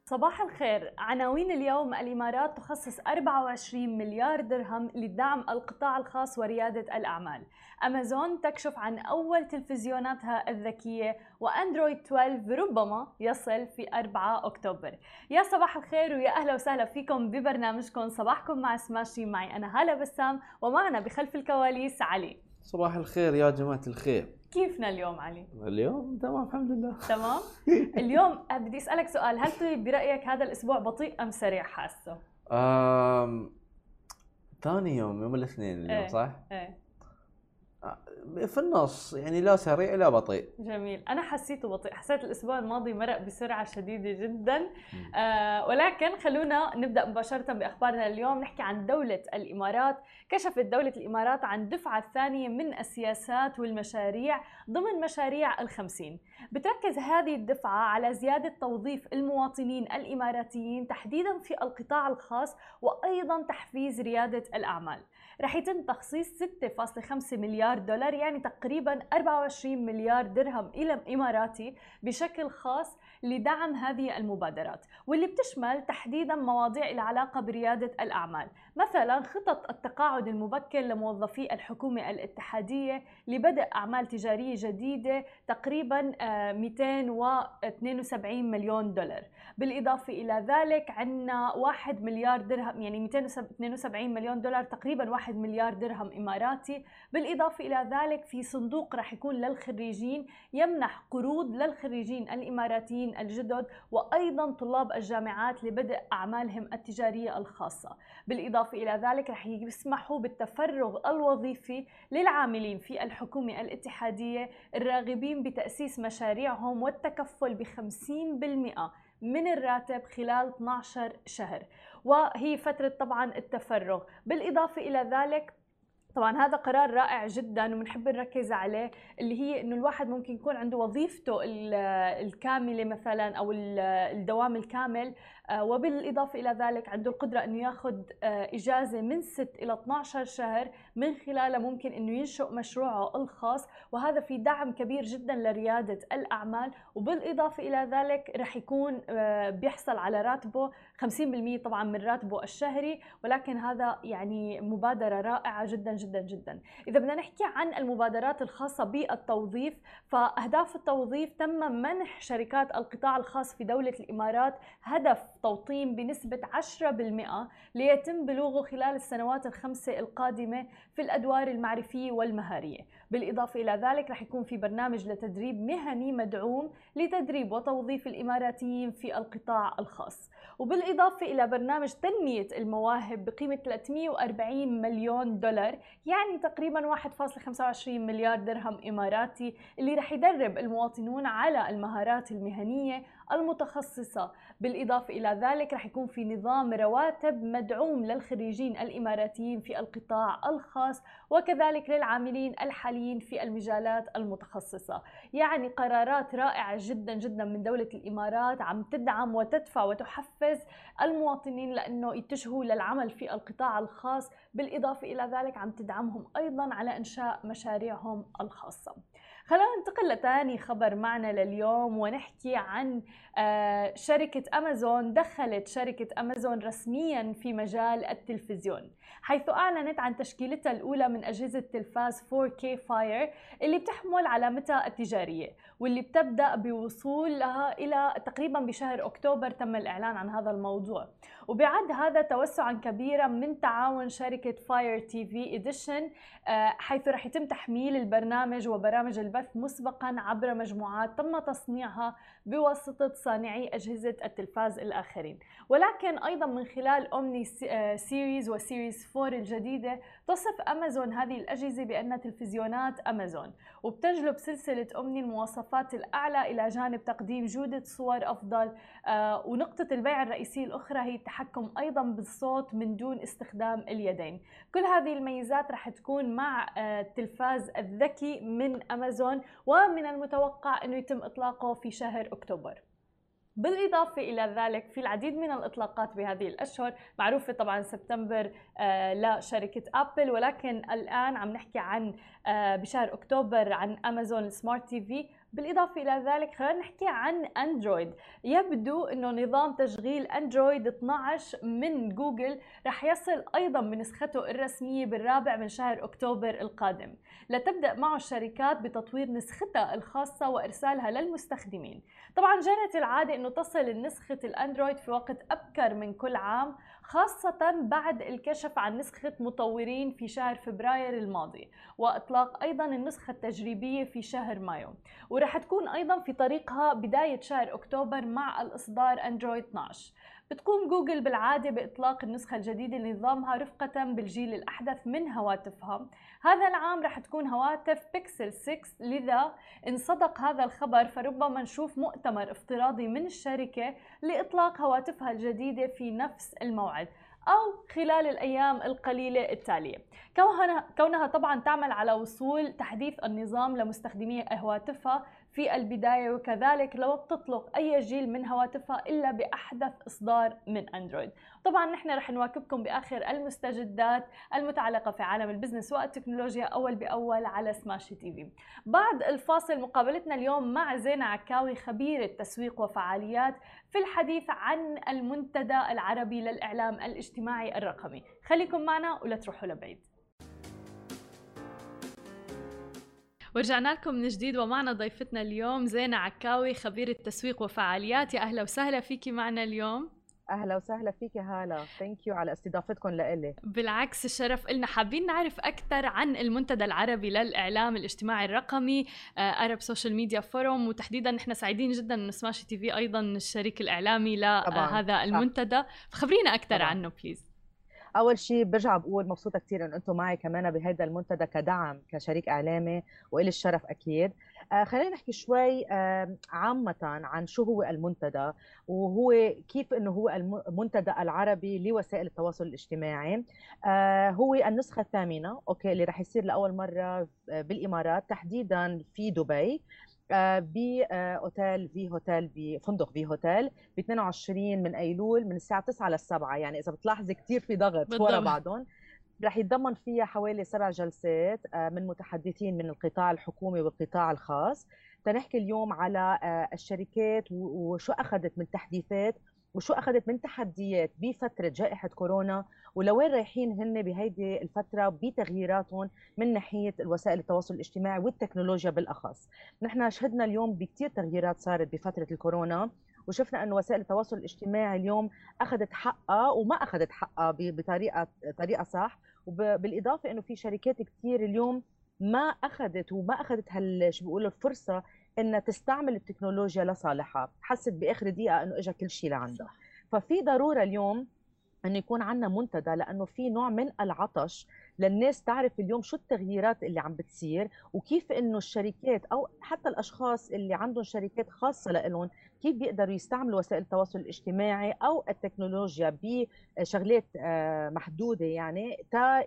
صباح الخير. عناوين اليوم: الإمارات تخصص 24 مليار درهم لدعم القطاع الخاص وريادة الأعمال. أمازون تكشف عن أول تلفزيوناتها الذكية، وأندرويد 12 ربما يصل في 4 أكتوبر. يا صباح الخير ويا أهلا وسهلا فيكم ببرنامجكم صباحكم مع سماشي. معي أنا هالة بسام، ومعنا بخلف الكواليس علي. صباح الخير يا جماعة الخير. كيفنا اليوم علي؟ اليوم تمام الحمد لله. تمام. اليوم بدي أسألك سؤال: هل برأيك هذا الأسبوع بطيء أم سريع حاسه؟ ثاني يوم الاثنين اليوم صح؟ ايه في النص يعني، لا سريع لا بطيء. جميل. أنا حسيته بطيء، حسيت الأسبوع الماضي مرق بسرعة شديدة جدا. ولكن خلونا نبدأ مباشرة بأخبارنا اليوم. نحكي عن دولة الإمارات. كشفت دولة الإمارات عن الدفعة الثانية من السياسات والمشاريع ضمن مشاريع ال50. بتركز هذه الدفعة على زيادة توظيف المواطنين الإماراتيين تحديدا في القطاع الخاص، وأيضا تحفيز ريادة الأعمال. رح يتم تخصيص 6.5 مليار دولار، يعني تقريبا 24 مليار درهم إماراتي بشكل خاص لدعم هذه المبادرات، واللي بتشمل تحديدا مواضيع العلاقة بريادة الأعمال، مثلا خطط التقاعد المبكر لموظفي الحكومة الاتحادية لبدء أعمال تجارية جديدة تقريبا 272 مليون دولار. بالإضافة إلى ذلك عندنا 1 مليار درهم، يعني 272 مليون دولار تقريبا 1 مليار درهم إماراتي. بالإضافة إلى ذلك في صندوق راح يكون للخريجين، يمنح قروض للخريجين الإماراتيين الجدد وأيضا طلاب الجامعات لبدء أعمالهم التجارية الخاصة. بالإضافة إلى ذلك راح يسمحوا بالتفرغ الوظيفي للعاملين في الحكومة الاتحادية الراغبين بتأسيس مشاريعهم والتكفل ب50% من الراتب خلال 12 شهر، وهي فترة طبعا التفرغ. بالإضافة إلى ذلك طبعا هذا قرار رائع جدا وبنحب نركز عليه، اللي هي انه الواحد ممكن يكون عنده وظيفته الكامله مثلا او الدوام الكامل، وبالاضافه الى ذلك عنده القدره انه ياخذ اجازه من 6 الى 12 شهر، من خلاله ممكن انه ينشئ مشروعه الخاص، وهذا في دعم كبير جدا لرياده الاعمال. وبالاضافه الى ذلك رح يكون بيحصل على راتبه 50% طبعا من راتبه الشهري، ولكن هذا يعني مبادره رائعه جدا جدا جدا. إذا بدنا نحكي عن المبادرات الخاصة بالتوظيف، فأهداف التوظيف: تم منح شركات القطاع الخاص في دولة الإمارات هدف توطين بنسبة 10% ليتم بلوغه خلال السنوات ال5 القادمة في الأدوار المعرفية والمهارية. بالإضافة إلى ذلك رح يكون في برنامج لتدريب مهني مدعوم لتدريب وتوظيف الإماراتيين في القطاع الخاص. وبالإضافة إلى برنامج تنمية المواهب بقيمة 340 مليون دولار، يعني تقريبا 1.25 مليار درهم إماراتي، اللي رح يدرب المواطنون على المهارات المهنية المتخصصة. بالإضافة إلى ذلك رح يكون في نظام رواتب مدعوم للخريجين الإماراتيين في القطاع الخاص، وكذلك للعاملين الحاليين في المجالات المتخصصة. يعني قرارات رائعة جدا جدا من دولة الإمارات، عم تدعم وتدفع وتحفز المواطنين لأنه يتجهوا للعمل في القطاع الخاص. بالإضافة إلى ذلك عم تدعمهم أيضا على إنشاء مشاريعهم الخاصة. خلينا ننتقل لثاني خبر معنا لليوم، ونحكي عن شركة أمازون. دخلت شركة أمازون رسميا في مجال التلفزيون، حيث أعلنت عن تشكيلتها الأولى من أجهزة تلفاز 4K Fire اللي بتحمل علامتها التجارية، واللي بتبدأ بوصولها إلى تقريبا بشهر أكتوبر. تم الإعلان عن هذا الموضوع، وبعد هذا توسعا كبيرا من تعاون شركة فاير تي في إديشن، حيث رح يتم تحميل البرنامج وبرامج البث مسبقا عبر مجموعات تم تصنيعها بواسطة صانعي أجهزة التلفاز الآخرين. ولكن أيضا من خلال أومني سيريز وسيريز 4 الجديدة، تصف أمازون هذه الأجهزة بأنها تلفزيونات أمازون، وبتجلب سلسلة أومني المواصفات الأعلى إلى جانب تقديم جودة صور أفضل. ونقطة البيع الرئيسية الأخرى هي التحكم أيضا بالصوت من دون استخدام اليدين. كل هذه الميزات رح تكون مع التلفاز الذكي من أمازون، ومن المتوقع أنه يتم إطلاقه في شهر أكتوبر. بالإضافة إلى ذلك في العديد من الإطلاقات بهذه الأشهر، معروفة طبعا سبتمبر لشركة أبل، ولكن الآن عم نحكي عن بشهر أكتوبر عن أمازون سمارت تي في. بالإضافة إلى ذلك خلينا نحكي عن أندرويد. يبدو أنه نظام تشغيل أندرويد 12 من جوجل رح يصل أيضا بنسخته الرسمية بالرابع من شهر أكتوبر القادم، لتبدأ معه الشركات بتطوير نسختها الخاصة وإرسالها للمستخدمين. طبعا جرت العادة أنه تصل نسخة الأندرويد في وقت أبكر من كل عام، خاصة بعد الكشف عن نسخة مطورين في شهر فبراير الماضي، وإطلاق أيضا النسخة التجريبية في شهر مايو، ورح تكون أيضا في طريقها بداية شهر أكتوبر مع الإصدار أندرويد 12. بتقوم جوجل بالعادة بإطلاق النسخة الجديدة لنظامها رفقة بالجيل الأحدث من هواتفها. هذا العام رح تكون هواتف بيكسل 6، لذا إن صدق هذا الخبر فربما نشوف مؤتمر افتراضي من الشركة لإطلاق هواتفها الجديدة في نفس الموعد أو خلال الأيام القليلة التالية، كونها طبعا تعمل على وصول تحديث النظام لمستخدمي هواتفها في البداية، وكذلك لو بتطلق أي جيل من هواتفها إلا بأحدث إصدار من أندرويد. طبعا نحن رح نواكبكم بآخر المستجدات المتعلقة في عالم البزنس والتكنولوجيا أول بأول على سماشي تي في. بعد الفاصل مقابلتنا اليوم مع زينة عكاوي خبيرة تسويق وفعاليات في الحديث عن المنتدى العربي للإعلام الاجتماعي الرقمي. خليكم معنا ولا تروحوا لبعيد. ورجعنا لكم من جديد ومعنا ضيفتنا اليوم زينة عكاوي خبيرة تسويق وفعاليات. يا أهلا وسهلا فيكي معنا اليوم. اهلا وسهلا فيك هالة، ثانك يو على استضافتكم لإلي. بالعكس الشرف إلنا. حابين نعرف أكثر عن المنتدى العربي للإعلام الاجتماعي الرقمي Arab Social Media Forum، وتحديدا نحن سعيدين جدا إن سماشي تي في أيضا الشريك الإعلامي لهذا المنتدى، فخبرينا أكثر عنه بليز. اول شيء برجع بقول مبسوطه كثير ان انتم معي كمان بهذا المنتدى كدعم كشريك اعلامي، والي الشرف اكيد. خلينا نحكي شوي عامه عن شو هو المنتدى، وهو كيف انه هو المنتدى العربي لوسائل التواصل الاجتماعي. هو النسخه الثامنه اوكي اللي رح يصير لاول مره بالامارات، تحديدا في دبي، بأوتيل في هوتيل بفندق في هوتيل ب 22 من ايلول من الساعه 9 للسبعة. يعني اذا بتلاحظي كثير في ضغط ورا بعضهم. رح يتضمن فيها حوالي 7 جلسات من متحدثين من القطاع الحكومي والقطاع الخاص، تنحكي اليوم على الشركات وشو اخذت من تحديثات وشو اخذت من تحديات بفتره جائحه كورونا، ولوين رايحين هن بهيدي الفتره بتغييراتهم من ناحيه الوسائل التواصل الاجتماعي والتكنولوجيا بالاخص. نحن شهدنا اليوم بكثير تغييرات صارت بفتره الكورونا، وشفنا انه وسائل التواصل الاجتماعي اليوم اخذت حقها وما اخذت حقها بطريقه صح، وبالاضافه انه في شركات كثير اليوم ما اخذت شو بيقولوا الفرصه انها تستعمل التكنولوجيا لصالحها، حست باخر دقيقه انه اجى كل شيء لعندها. ففي ضروره اليوم انه يكون عندنا منتدى، لانه في نوع من العطش للناس تعرف اليوم شو التغييرات اللي عم بتصير، وكيف انه الشركات او حتى الاشخاص اللي عندهم شركات خاصه لهم كيف بيقدروا يستعملوا وسائل التواصل الاجتماعي او التكنولوجيا بشغلات محدوده، يعني تا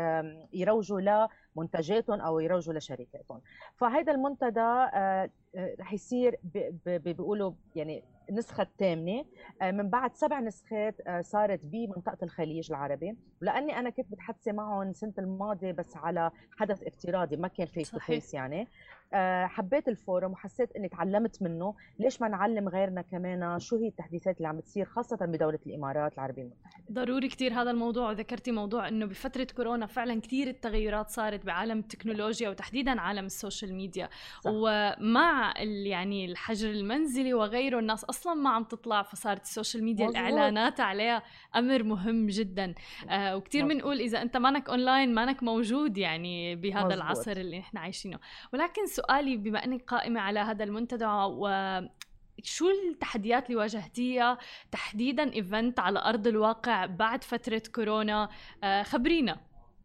يروجوا لمنتجاتهم او يروجوا لشركاتهم. فهذا المنتدى رح يصير بيقولوا يعني النسخة الثامنة من بعد 7 نسخات صارت بمنطقة الخليج العربي، ولأني أنا كنت متحدثة معهم السنة الماضية بس على حدث افتراضي ما كان فيس تو فيس، يعني حبيت الفورم وحسيت اني تعلمت منه. ليش ما نعلم غيرنا كمان شو هي التحديثات اللي عم بتصير خاصة بدولة الإمارات العربية المتحدة؟ ضروري كتير هذا الموضوع، وذكرتي موضوع انه بفترة كورونا فعلا كتير التغيرات صارت بعالم التكنولوجيا وتحديدا عالم السوشيال ميديا. صح. ومع يعني الحجر المنزلي وغيره الناس اصلا ما عم تطلع، فصارت السوشيال ميديا مزبوط. الاعلانات عليها امر مهم جدا. وكتير بنقول اذا انت مانك اونلاين مانك موجود يعني بهذا مزبوط. العصر اللي احنا عايشينه. ولكن سؤالي بما انك قائمة على هذا المنتدى، شو التحديات اللي واجهتيها تحديدا ايفنت على ارض الواقع بعد فترة كورونا؟ خبرينا.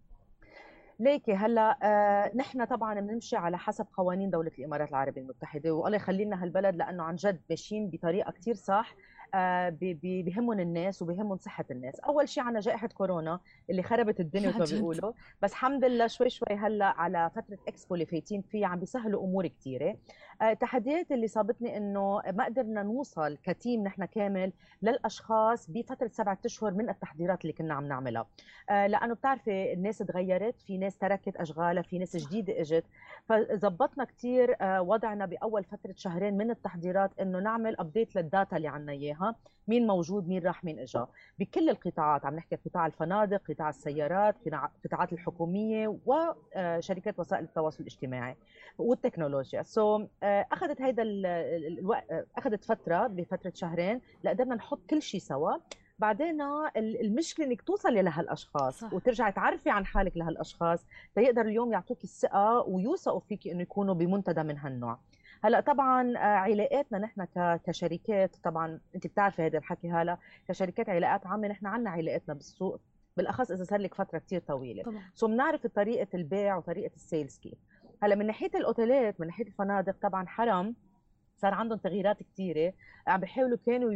ليكي هلا نحن طبعا بنمشي على حسب قوانين دولة الإمارات العربية المتحدة، والله يخلي لنا هالبلد لأنه عن جد ماشيين بطريقة كتير صح. بيهمهم الناس وبيهمهم صحه الناس. اول شيء عنا جائحه كورونا اللي خربت الدنيا عن ما جد. بيقولوا، بس الحمد لله شوي شوي هلا على فتره اكسبو اللي فايتين فيه عم بيسهلوا امور كثيره. التحديات اللي صابتني انه ما قدرنا نوصل كتيم نحن كامل للاشخاص بفتره 7 اشهر من التحضيرات اللي كنا عم نعملها، لانه بتعرفي الناس تغيرت، في ناس تركت اشغالها، في ناس جديده اجت، فزبطنا كثير وضعنا باول فتره شهرين من التحضيرات انه نعمل ابديت للداتا اللي عنا اياها، مين موجود مين راح مين اجى بكل القطاعات. عم نحكي قطاع الفنادق، قطاع السيارات، قطاعات الحكوميه وشركات وسائل التواصل الاجتماعي والتكنولوجيا. اخذت هيدا الوقت، اخذت فتره بفتره شهرين لقدرنا نحط كل شيء سوا. بعدين المشكله انك توصلي لهالاشخاص صح. وترجعي تعرفي عن حالك لهالاشخاص تيقدروا اليوم يعطوك الثقه ويوثقوا فيك انه يكونوا بمنتدى من هالنوع. هلا طبعا علاقاتنا نحن كشركات، طبعا انت بتعرفي هذا الحكي هلا، كشركات علاقات عامه نحن عندنا علاقاتنا بالسوق، بالاخص اذا صار لك فتره كثير طويله، طبعا. سو بنعرف طريقه البيع وطريقه السيلز كيف. هلا من ناحيه الاوتيلات، من ناحيه الفنادق، طبعا حرم صار عندهم تغييرات كثيره، عم بيحاولوا كانوا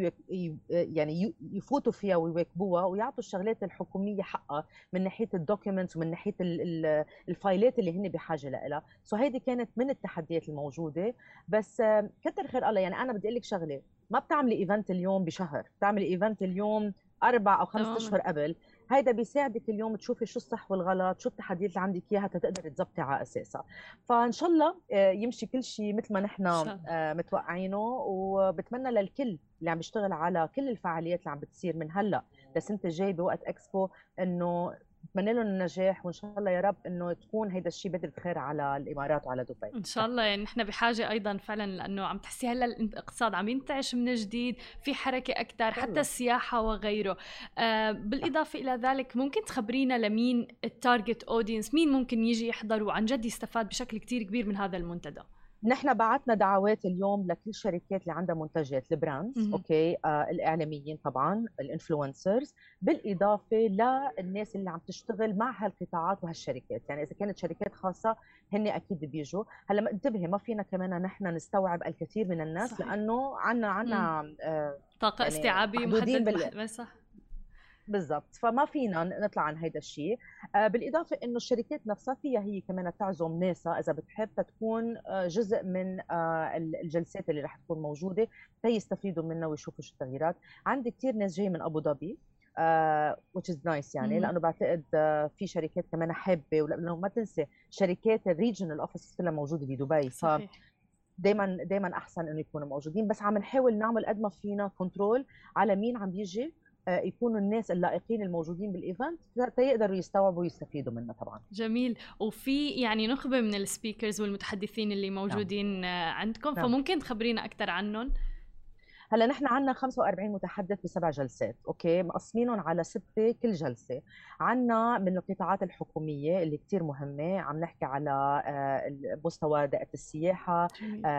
يعني يفوتوا فيها ويواكبوها ويعطوا الشغلات الحكوميه حقها من ناحيه الدوكيومنتس ومن ناحيه الفايلات اللي هن بحاجه لها. سو هيدي كانت من التحديات الموجوده. بس كتر خير الله، يعني انا بدي اقول لك شغله، ما بتعملي ايفنت اليوم بشهر، بتعملي ايفنت اليوم 4 أو 5 تماما. اشهر قبل. هيدا بيساعدك اليوم تشوفي شو الصح والغلط، شو التحديات اللي عندك اياها تقدري تزبطي على اساسها. فان شاء الله يمشي كل شيء مثل ما ان نحن شاء الله. متوقعينه، وبتمنى للكل اللي عم بيشتغل على كل الفعاليات اللي عم بتصير من هلا للسنه الجاي بوقت اكسبو انه بتمنى لهم النجاح، وان شاء الله يا رب انه تكون هيدا الشيء بدرة خير على الامارات وعلى دبي. ان شاء الله. يعني نحن بحاجه ايضا فعلا، لانه عم تحسي هلا الاقتصاد عم ينتعش من جديد، في حركه اكثر، ان شاء حتى الله. السياحه وغيره. بالاضافه الى ذلك، ممكن تخبرينا لمين التارجت اودينس، مين ممكن يجي يحضر وعن جد يستفاد بشكل كتير كبير من هذا المنتدى؟ نحن بعتنا دعوات اليوم لكل الشركات اللي عندها منتجات، البراندز، مهم. اوكي، الاعلاميين طبعا، الانفلونسرز، بالاضافه للناس اللي عم تشتغل مع هالقطاعات وهالشركات. يعني اذا كانت شركات خاصه هن اكيد بيجوا. هلا انتبهي، ما فينا كمان نحن نستوعب الكثير من الناس، صحيح. لانه عنا طاقه يعني استيعابيه محدودين صح. بالضبط، فما فينا نطلع عن هيدا الشيء. بالاضافه انه الشركات نفسها فيها هي كمان تعزم ناسها اذا بتحب تكون جزء من الجلسات اللي رح تكون موجوده تيستفيدوا منها ويشوفوا شو التغييرات. عندي كثير ناس جاي من ابو ظبي which is nice، يعني لانه بعتقد في شركات كمان حابه، ولانه ما تنسي شركات الريجنال اوفيس كلها موجوده بدبي، صحيح. دائما احسن انه يكونوا موجودين. بس عم نحاول نعمل قد ما فينا كنترول على مين عم بيجي، يكونوا الناس اللائقين الموجودين بالايفنت تيقدروا يستوعبوا ويستفيدوا منها طبعا. جميل. وفي يعني نخبة من السبيكرز والمتحدثين اللي نعم. موجودين عندكم، نعم. فممكن تخبرينا أكثر عنهم؟ هلا نحن عندنا 45 متحدث ب7 جلسات، اوكي، مقسمينهم على 6 كل جلسه. عندنا من القطاعات الحكوميه اللي كثير مهمه، عم نحكي على مستوى دائره السياحه،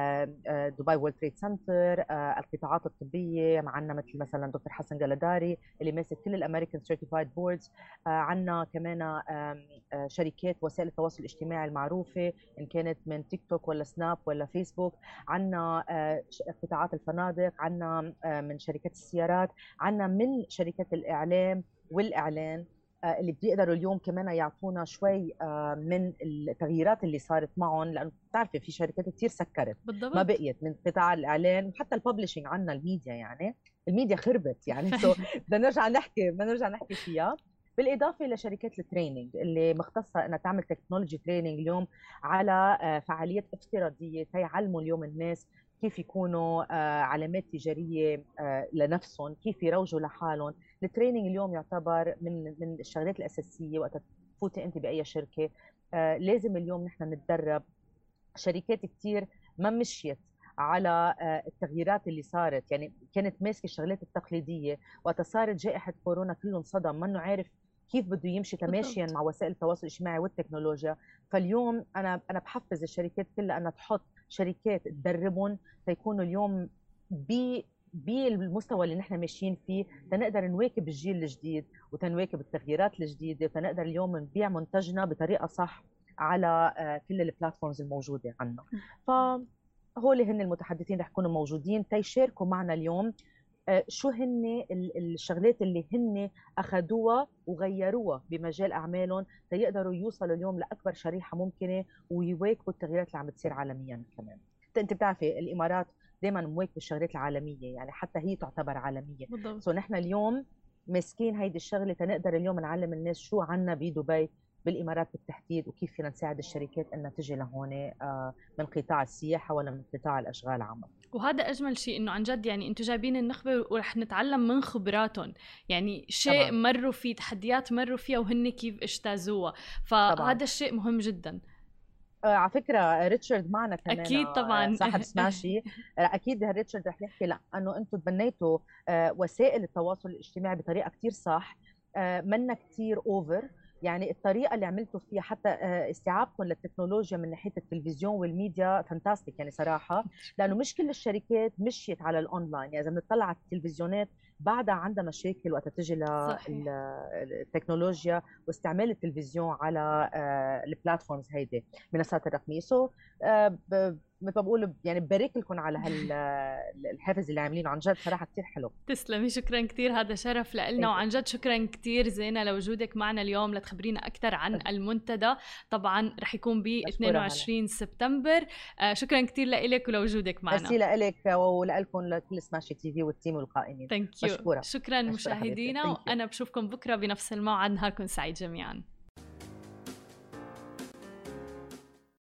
دبي وورلد تريد سنتر، القطاعات الطبيه، عندنا مثل مثلا دكتور حسن جلداري اللي ماسك كل الامريكان سيرتيفايد بوردز. عندنا كمان شركات وسائل التواصل الاجتماعي المعروفه، ان كانت من تيك توك ولا سناب ولا فيسبوك. عندنا قطاعات الفنادق، عندنا من شركات السيارات، عندنا من شركات الإعلام والإعلان، اللي بيقدروا اليوم كمان يعطونا شوي من التغييرات اللي صارت معهم، لأنه بتعرفي في شركات كثير سكرت بالضبط. ما بقيت من قطاع الإعلان وحتى الببلشنج. عندنا الميديا، يعني الميديا خربت يعني سو بدنا نرجع نحكي فيها. بالاضافه لشركات التريننج اللي مختصه انها تعمل تكنولوجي تريننج اليوم على فعاليات افتراضيه تيعلموا اليوم الناس كيف يكونوا علامات تجاريه لنفسهم، كيف يروجوا لحالهم. التريننج اليوم يعتبر من الشغلات الاساسيه وقت تفوتي انت باي شركه. لازم اليوم نحن نتدرب. شركات كثير ما مشيت على التغييرات اللي صارت، يعني كانت ماسكه الشغلات التقليديه، وقت صارت جائحه كورونا كله انصدم، منه عارف كيف بده يمشي تماشيا مع وسائل التواصل الاجتماعي والتكنولوجيا. فاليوم انا بحفز الشركات كلها انها تحط شركات تدربهم تيكونوا اليوم بالمستوى اللي نحن ماشيين فيه، تنقدر نواكب الجيل الجديد وتنواكب التغييرات الجديده، وتنقدر اليوم نبيع منتجنا بطريقه صح على كل البلاتفورمز الموجوده عندنا. فهول هن المتحدثين رح يكونوا موجودين تيشاركوا معنا اليوم شو هن الشغلات اللي هن اخذوها وغيروها بمجال اعمالهم تيقدروا يوصلوا اليوم لاكبر شريحه ممكنه ويواكبوا التغييرات اللي عم بتصير عالميا كمان. انت بتعرفي الامارات دائما مواكبه الشغلات العالميه، يعني حتى هي تعتبر عالميه. بالضبط. نحن اليوم ماسكين هيدي الشغله تنقدر اليوم نعلم الناس شو عنا بدبي بالامارات بالتحديد، وكيف فينا نساعد الشركات انها تجي لهون من قطاع السياحه ولا من قطاع الاشغال العامه. وهذا اجمل شيء، انه عن جد يعني انتم جايبين النخبه ورح نتعلم من خبراتهم، يعني شيء طبعاً. مروا فيه، تحديات مروا فيها وهن كيف اجتازوها، فهذا الشيء مهم جدا. على فكرة ريتشارد معنا كمان، اكيد طبعا. صاحب سماشي. أكيد ريتشارد رح يحكي، لأنه أنتم تبنيتوا وسائل التواصل الاجتماعي بطريقة كتير صح، منا كتير أوفر. يعني الطريقة اللي عملتوا فيها حتى استيعابكم للتكنولوجيا من ناحية التلفزيون والميديا فانتاستيك يعني صراحة، لأنه مش كل الشركات مشيت على الأونلاين. يعني إذا بنطلع على التلفزيونات بعدها عندها مشاكل وقت تجي للتكنولوجيا واستعمال التلفزيون على البلاتفورمز هيدي، منصات الرقميه. سو مثل ما بقول يعني ببارك لكم على الحافز اللي عاملينه، عن جد صراحه كثير حلو. تسلمي، شكرا كثير، هذا شرف لنا، وعن جد شكرا كثير زينة لوجودك معنا اليوم لتخبرينا اكثر عن المنتدى. طبعا رح يكون ب 22 سبتمبر. شكرا كثير لك ولوجودك معنا. ميرسي لك ولكم لكل سماشي تي في والتيم والقائمين. مشكورة. شكرا مشاهدينا، وانا بشوفكم بكره بنفس الموعد. نهاركم سعيد جميعا.